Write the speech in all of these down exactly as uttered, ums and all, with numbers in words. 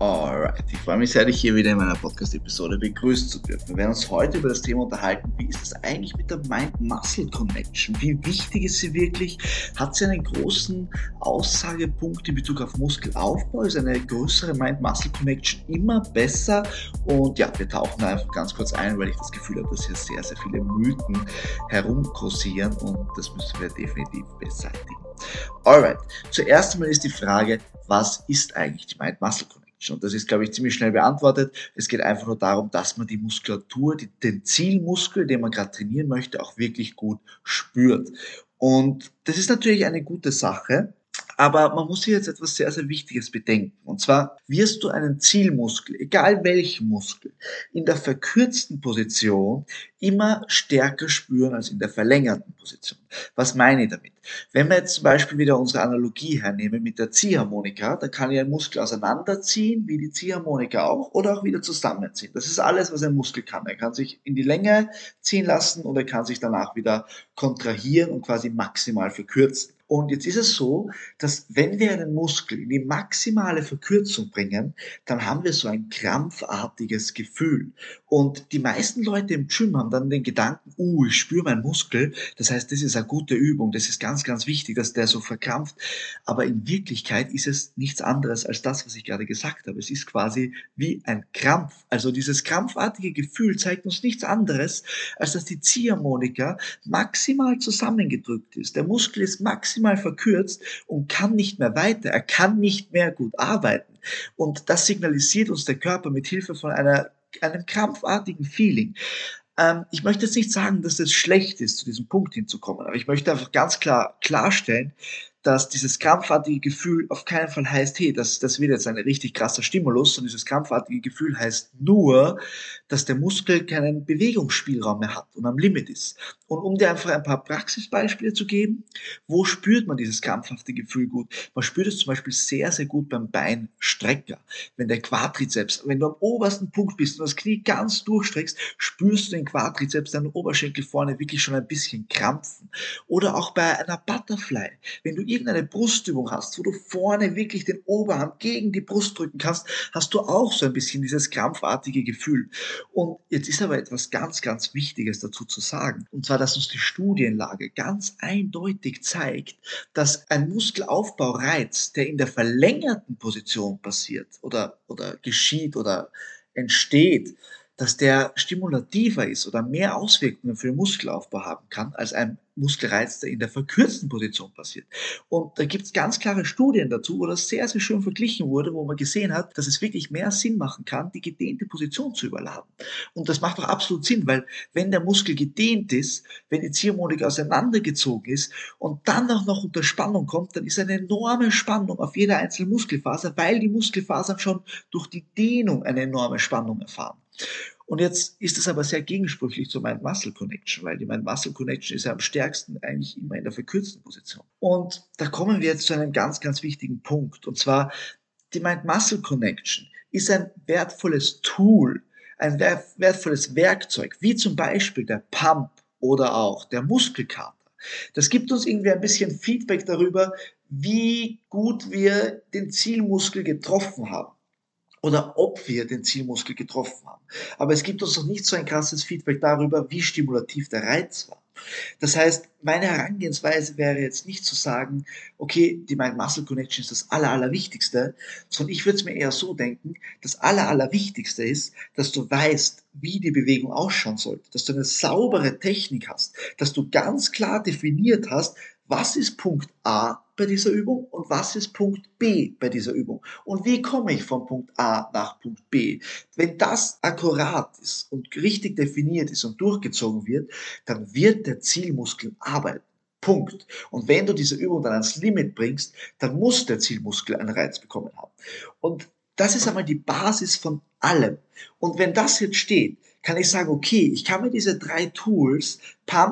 Alright, ich freue mich sehr, dich hier wieder in meiner Podcast-Episode begrüßen zu dürfen. Wir werden uns heute über das Thema unterhalten, wie ist es eigentlich mit der Mind-Muscle-Connection? Wie wichtig ist sie wirklich? Hat sie einen großen Aussagepunkt in Bezug auf Muskelaufbau? Ist eine größere Mind-Muscle-Connection immer besser? Und ja, wir tauchen da einfach ganz kurz ein, weil ich das Gefühl habe, dass hier sehr, sehr viele Mythen herumkursieren und das müssen wir definitiv beseitigen. Alright, zuerst einmal ist die Frage, was ist eigentlich die Mind-Muscle-Connection? Und das ist, glaube ich, ziemlich schnell beantwortet. Es geht einfach nur darum, dass man die Muskulatur, die, den Zielmuskel, den man gerade trainieren möchte, auch wirklich gut spürt. Und das ist natürlich eine gute Sache, aber man muss hier jetzt etwas sehr, sehr Wichtiges bedenken. Und zwar wirst du einen Zielmuskel, egal welchen Muskel, in der verkürzten Position immer stärker spüren als in der verlängerten Position. Was meine ich damit? Wenn wir jetzt zum Beispiel wieder unsere Analogie hernehmen mit der Ziehharmonika, da kann ich einen Muskel auseinanderziehen, wie die Ziehharmonika auch, oder auch wieder zusammenziehen. Das ist alles, was ein Muskel kann. Er kann sich in die Länge ziehen lassen und er kann sich danach wieder kontrahieren und quasi maximal verkürzen. Und jetzt ist es so, dass wenn wir einen Muskel in die maximale Verkürzung bringen, dann haben wir so ein krampfartiges Gefühl. Und die meisten Leute im Gym haben dann den Gedanken, uh, ich spüre meinen Muskel, das heißt, das ist eine gute Übung, das ist ganz, ganz wichtig, dass der so verkrampft. Aber in Wirklichkeit ist es nichts anderes als das, was ich gerade gesagt habe. Es ist quasi wie ein Krampf. Also dieses krampfartige Gefühl zeigt uns nichts anderes, als dass die Ziehharmonika maximal zusammengedrückt ist. Der Muskel ist maximal verkürzt und kann nicht mehr weiter. Er kann nicht mehr gut arbeiten. Und das signalisiert uns der Körper mit Hilfe von einer, einem krampfartigen Feeling. Ähm, ich möchte jetzt nicht sagen, dass es schlecht ist, zu diesem Punkt hinzukommen, aber ich möchte einfach ganz klar klarstellen, dass dieses krampfartige Gefühl auf keinen Fall heißt, hey, das, das wird jetzt ein richtig krasser Stimulus, und dieses krampfartige Gefühl heißt nur, dass der Muskel keinen Bewegungsspielraum mehr hat und am Limit ist. Und um dir einfach ein paar Praxisbeispiele zu geben, wo spürt man dieses krampfhafte Gefühl gut? Man spürt es zum Beispiel sehr, sehr gut beim Beinstrecker. Wenn der Quadrizeps, wenn du am obersten Punkt bist und das Knie ganz durchstreckst, spürst du den Quadrizeps, deinen Oberschenkel vorne wirklich schon ein bisschen krampfen. Oder auch bei einer Butterfly, wenn du irgendeine Brustübung hast, wo du vorne wirklich den Oberarm gegen die Brust drücken kannst, hast du auch so ein bisschen dieses krampfartige Gefühl. Und jetzt ist aber etwas ganz, ganz Wichtiges dazu zu sagen. Und zwar, dass uns die Studienlage ganz eindeutig zeigt, dass ein Muskelaufbaureiz, der in der verlängerten Position passiert oder, oder geschieht oder entsteht, dass der stimulativer ist oder mehr Auswirkungen für den Muskelaufbau haben kann, als ein Muskelreiz, der in der verkürzten Position passiert. Und da gibt es ganz klare Studien dazu, wo das sehr, sehr schön verglichen wurde, wo man gesehen hat, dass es wirklich mehr Sinn machen kann, die gedehnte Position zu überladen. Und das macht auch absolut Sinn, weil wenn der Muskel gedehnt ist, wenn die Ziehharmonika auseinandergezogen ist und dann auch noch unter Spannung kommt, dann ist eine enorme Spannung auf jeder einzelnen Muskelfaser, weil die Muskelfasern schon durch die Dehnung eine enorme Spannung erfahren. Und jetzt ist es aber sehr gegensprüchlich zur Mind-Muscle-Connection, weil die Mind-Muscle-Connection ist ja am stärksten eigentlich immer in der verkürzten Position. Und da kommen wir jetzt zu einem ganz, ganz wichtigen Punkt. Und zwar, die Mind-Muscle-Connection ist ein wertvolles Tool, ein wertvolles Werkzeug, wie zum Beispiel der Pump oder auch der Muskelkater. Das gibt uns irgendwie ein bisschen Feedback darüber, wie gut wir den Zielmuskel getroffen haben. Oder ob wir den Zielmuskel getroffen haben. Aber es gibt uns noch nicht so ein krasses Feedback darüber, wie stimulativ der Reiz war. Das heißt, meine Herangehensweise wäre jetzt nicht zu sagen, okay, die Mind-Muscle-Connection ist das Aller, Allerwichtigste, sondern ich würde es mir eher so denken, das Aller, Allerwichtigste ist, dass du weißt, wie die Bewegung ausschauen sollte, dass du eine saubere Technik hast, dass du ganz klar definiert hast, was ist Punkt A bei dieser Übung und was ist Punkt B bei dieser Übung und wie komme ich von Punkt A nach Punkt B. Wenn das akkurat ist und richtig definiert ist und durchgezogen wird, dann wird der Zielmuskel arbeiten. Punkt. Und wenn du diese Übung dann ans Limit bringst, dann muss der Zielmuskel einen Reiz bekommen haben. Und das ist einmal die Basis von allem. Und wenn das jetzt steht, kann ich sagen, okay, ich kann mir diese drei Tools, Pump,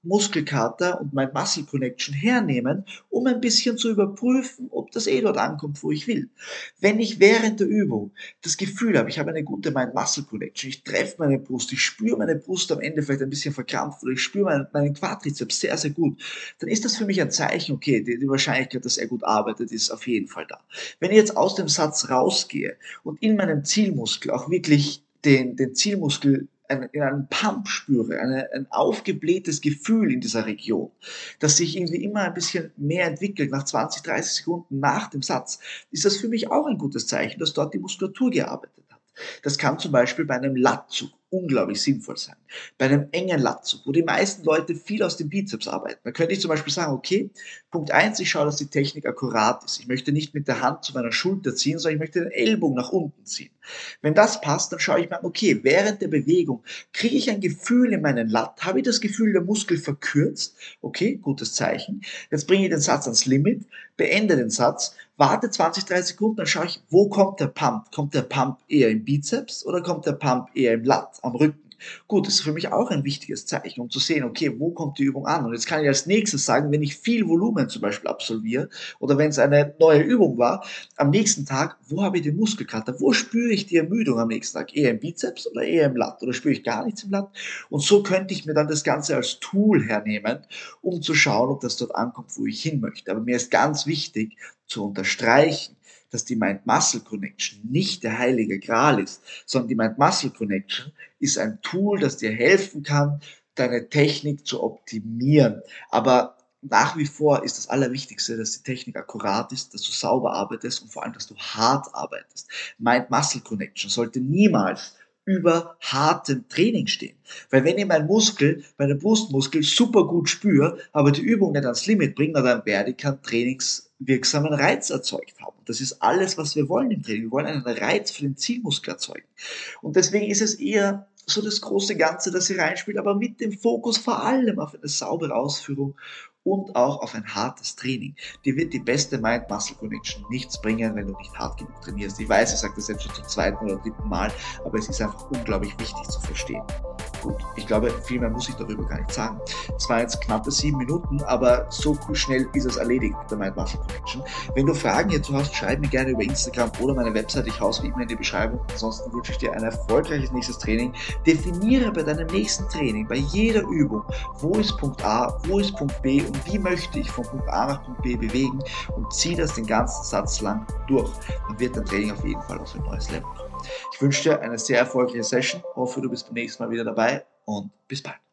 Muskelkater und mein Muscle Connection hernehmen, um ein bisschen zu überprüfen, ob das eh dort ankommt, wo ich will. Wenn ich während der Übung das Gefühl habe, ich habe eine gute Mind-Muscle Connection, ich treffe meine Brust, ich spüre meine Brust am Ende vielleicht ein bisschen verkrampft oder ich spüre meinen, meinen Quadrizeps sehr, sehr gut, dann ist das für mich ein Zeichen, okay, die, die Wahrscheinlichkeit, dass er gut arbeitet, ist auf jeden Fall da. Wenn ich jetzt aus dem Satz rausgehe und in meinem Zielmuskel auch wirklich den, den Zielmuskel einen, einen Pump spüre, eine, ein aufgeblähtes Gefühl in dieser Region, das sich irgendwie immer ein bisschen mehr entwickelt nach zwanzig, dreißig Sekunden nach dem Satz, ist das für mich auch ein gutes Zeichen, dass dort die Muskulatur gearbeitet hat. Das kann zum Beispiel bei einem Latzug unglaublich sinnvoll sein. Bei einem engen Latzug, wo die meisten Leute viel aus dem Bizeps arbeiten. Da könnte ich zum Beispiel sagen, okay, Punkt eins, ich schaue, dass die Technik akkurat ist. Ich möchte nicht mit der Hand zu meiner Schulter ziehen, sondern ich möchte den Ellbogen nach unten ziehen. Wenn das passt, dann schaue ich mir an, okay, während der Bewegung kriege ich ein Gefühl in meinen Lat, habe ich das Gefühl, der Muskel verkürzt, okay, gutes Zeichen. Jetzt bringe ich den Satz ans Limit, beende den Satz, warte zwanzig, dreißig Sekunden, dann schaue ich, wo kommt der Pump? Kommt der Pump eher im Bizeps oder kommt der Pump eher im Lat, am Rücken? Gut, das ist für mich auch ein wichtiges Zeichen, um zu sehen, okay, wo kommt die Übung an? Und jetzt kann ich als nächstes sagen, wenn ich viel Volumen zum Beispiel absolviere oder wenn es eine neue Übung war, am nächsten Tag, wo habe ich den Muskelkater? Wo spüre ich die Ermüdung am nächsten Tag? Eher im Bizeps oder eher im Lat? Oder spüre ich gar nichts im Lat? Und so könnte ich mir dann das Ganze als Tool hernehmen, um zu schauen, ob das dort ankommt, wo ich hin möchte. Aber mir ist ganz wichtig zu unterstreichen, dass die Mind-Muscle Connection nicht der heilige Gral ist, sondern die Mind-Muscle Connection ist ein Tool, das dir helfen kann, deine Technik zu optimieren. Aber nach wie vor ist das Allerwichtigste, dass die Technik akkurat ist, dass du sauber arbeitest und vor allem, dass du hart arbeitest. Mind-Muscle Connection sollte niemals über hartem Training stehen. Weil wenn ich meinen Muskel, meinen Brustmuskel super gut spüre, aber die Übung nicht ans Limit bringe, dann werde ich keinen trainingswirksamen Reiz erzeugt haben. Das ist alles, was wir wollen im Training. Wir wollen einen Reiz für den Zielmuskel erzeugen. Und deswegen ist es eher so das große Ganze, das hier reinspielt, aber mit dem Fokus vor allem auf eine saubere Ausführung und auch auf ein hartes Training. Dir wird die beste Mind-Muscle-Connection nichts bringen, wenn du nicht hart genug trainierst. Ich weiß, ich sage das jetzt schon zum zweiten oder dritten Mal, aber es ist einfach unglaublich wichtig zu verstehen. Gut, ich glaube, viel mehr muss ich darüber gar nicht sagen. Es waren jetzt knappe sieben Minuten, aber so schnell ist es erledigt mit der Mind-Muscle Connection. Wenn du Fragen hierzu hast, schreib mir gerne über Instagram oder meine Website. Ich hau's wie immer in die Beschreibung. Ansonsten wünsche ich dir ein erfolgreiches nächstes Training. Definiere bei deinem nächsten Training, bei jeder Übung, wo ist Punkt A, wo ist Punkt B und wie möchte ich von Punkt A nach Punkt B bewegen und zieh das den ganzen Satz lang durch. Dann wird dein Training auf jeden Fall auf ein neues Level kommen. Ich wünsche dir eine sehr erfolgreiche Session, hoffe du bist beim nächsten Mal wieder dabei und bis bald.